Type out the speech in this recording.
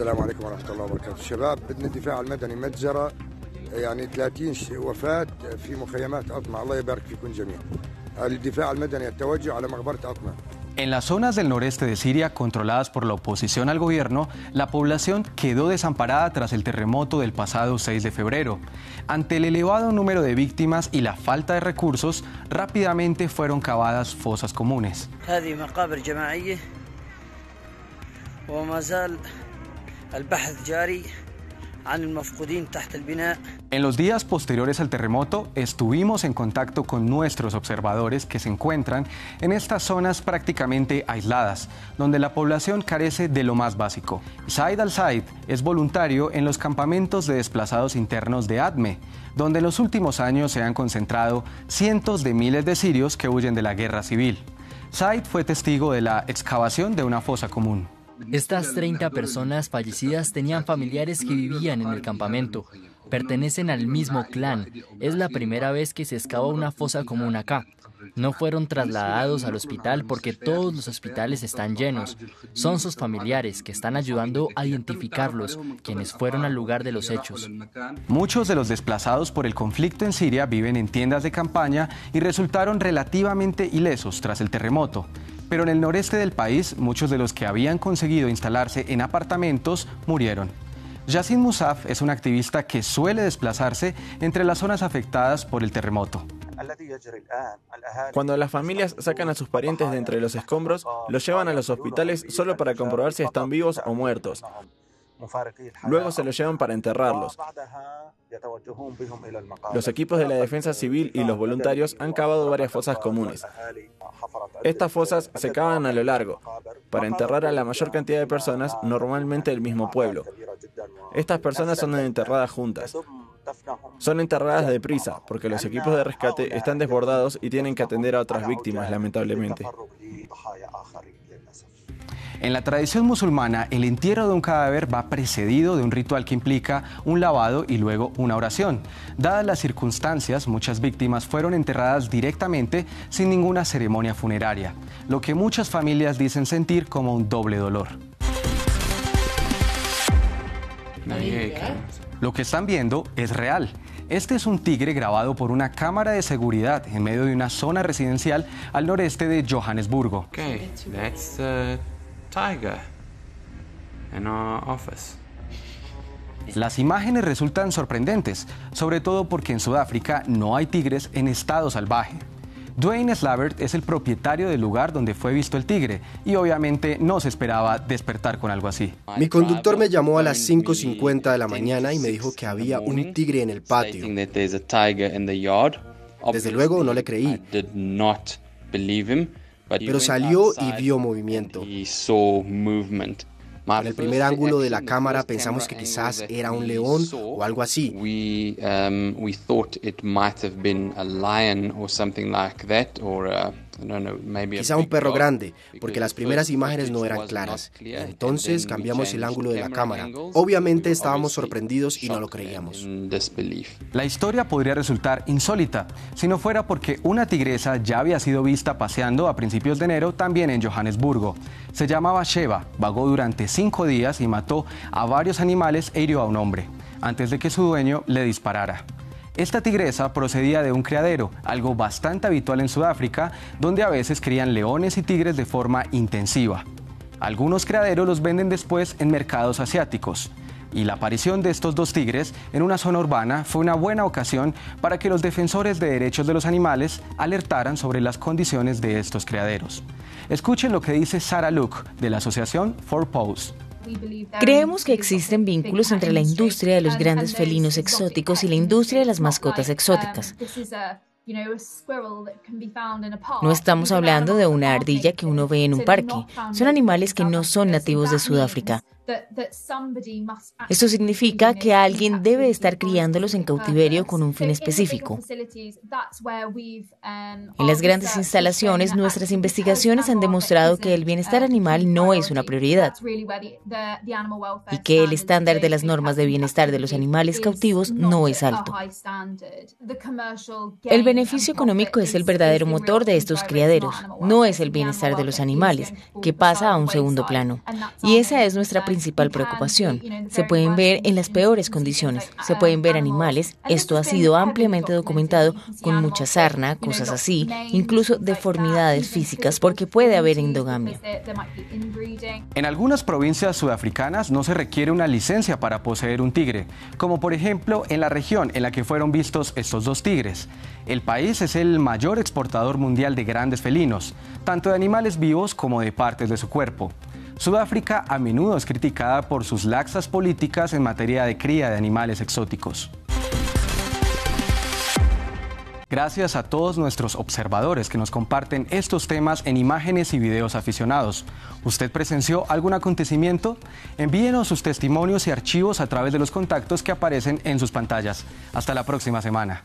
السلام عليكم ورحمة الله وبركاته. الشباب بدنا الدفاع المدني متجرة يعني 30 وفاة في مخيمات أطمع. الله يبارك فيكم جميعا. الدفاع المدني التوجه على مقبرة أطمع. En las zonas del noreste de Siria, controladas por la oposición al gobierno, la población quedó desamparada tras el terremoto del pasado 6 de febrero. Ante el elevado número de víctimas y la falta de recursos, rápidamente fueron cavadas fosas comunes. En los días posteriores al terremoto, estuvimos en contacto con nuestros observadores que se encuentran en estas zonas prácticamente aisladas, donde la población carece de lo más básico. Said al-Said es voluntario en los campamentos de desplazados internos de Adme, donde en los últimos años se han concentrado cientos de miles de sirios que huyen de la guerra civil. Said fue testigo de la excavación de una fosa común. Estas 30 personas fallecidas tenían familiares que vivían en el campamento. Pertenecen al mismo clan. Es la primera vez que se excava una fosa común acá. No fueron trasladados al hospital porque todos los hospitales están llenos. Son sus familiares que están ayudando a identificarlos, quienes fueron al lugar de los hechos. Muchos de los desplazados por el conflicto en Siria viven en tiendas de campaña y resultaron relativamente ilesos tras el terremoto. Pero en el noreste del país, muchos de los que habían conseguido instalarse en apartamentos murieron. Yassin Musaf es un activista que suele desplazarse entre las zonas afectadas por el terremoto. Cuando las familias sacan a sus parientes de entre los escombros, los llevan a los hospitales solo para comprobar si están vivos o muertos. Luego se los llevan para enterrarlos. Los equipos de la defensa civil y los voluntarios han cavado varias fosas comunes. Estas fosas se cavan a lo largo, para enterrar a la mayor cantidad de personas, normalmente del mismo pueblo. Estas personas son enterradas juntas. Son enterradas deprisa, porque los equipos de rescate están desbordados y tienen que atender a otras víctimas, lamentablemente. En la tradición musulmana, el entierro de un cadáver va precedido de un ritual que implica un lavado y luego una oración. Dadas las circunstancias, muchas víctimas fueron enterradas directamente sin ninguna ceremonia funeraria, lo que muchas familias dicen sentir como un doble dolor. Lo que están viendo es real. Este es un tigre grabado por una cámara de seguridad en medio de una zona residencial al noreste de Johannesburgo. Tiger in our office. Las imágenes resultan sorprendentes, sobre todo porque en Sudáfrica no hay tigres en estado salvaje. Dwayne Slavert es el propietario del lugar donde fue visto el tigre y obviamente no se esperaba despertar con algo así. Mi conductor me llamó a las 5:50 de la mañana y me dijo que había un tigre en el patio. Desde luego no le creí. Pero salió y vio movimiento. En el primer ángulo de la cámara pensamos que quizás era un león o algo así. Quizá un perro grande, porque las primeras imágenes no eran claras. Entonces cambiamos el ángulo de la cámara. Obviamente estábamos sorprendidos y no lo creíamos. La historia podría resultar insólita, si no fuera porque una tigresa ya había sido vista paseando a principios de enero también en Johannesburgo. Se llamaba Sheba, vagó durante 5 días y mató a varios animales e hirió a un hombre, antes de que su dueño le disparara. Esta tigresa procedía de un criadero, algo bastante habitual en Sudáfrica, donde a veces crían leones y tigres de forma intensiva. Algunos criaderos los venden después en mercados asiáticos. Y la aparición de estos 2 tigres en una zona urbana fue una buena ocasión para que los defensores de derechos de los animales alertaran sobre las condiciones de estos criaderos. Escuchen lo que dice Sarah Luke, de la asociación 4Paws. Creemos que existen vínculos entre la industria de los grandes felinos exóticos y la industria de las mascotas exóticas. No estamos hablando de una ardilla que uno ve en un parque. Son animales que no son nativos de Sudáfrica. Esto significa que alguien debe estar criándolos en cautiverio con un fin específico. En las grandes instalaciones, nuestras investigaciones han demostrado que el bienestar animal no es una prioridad y que el estándar de las normas de bienestar de los animales cautivos no es alto. El beneficio económico es el verdadero motor de estos criaderos, no es el bienestar de los animales, que pasa a un segundo plano. Y esa es nuestra principal preocupación. Se pueden ver en las peores condiciones, se pueden ver animales, esto ha sido ampliamente documentado con mucha sarna, cosas así, incluso deformidades físicas porque puede haber endogamia. En algunas provincias sudafricanas no se requiere una licencia para poseer un tigre, como por ejemplo en la región en la que fueron vistos estos dos tigres. El país es el mayor exportador mundial de grandes felinos, tanto de animales vivos como de partes de su cuerpo. Sudáfrica a menudo es criticada por sus laxas políticas en materia de cría de animales exóticos. Gracias a todos nuestros observadores que nos comparten estos temas en imágenes y videos aficionados. ¿Usted presenció algún acontecimiento? Envíenos sus testimonios y archivos a través de los contactos que aparecen en sus pantallas. Hasta la próxima semana.